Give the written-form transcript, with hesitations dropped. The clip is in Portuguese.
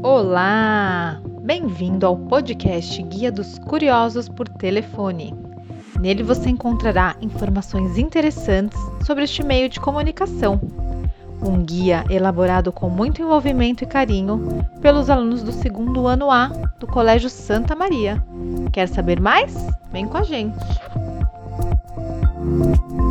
Olá! Bem-vindo ao podcast Guia dos Curiosos por Telefone. Nele você encontrará informações interessantes sobre este meio de comunicação. Um guia elaborado com muito envolvimento e carinho pelos alunos do 2º ano A do Colégio Santa Maria. Quer saber mais? Vem com a gente!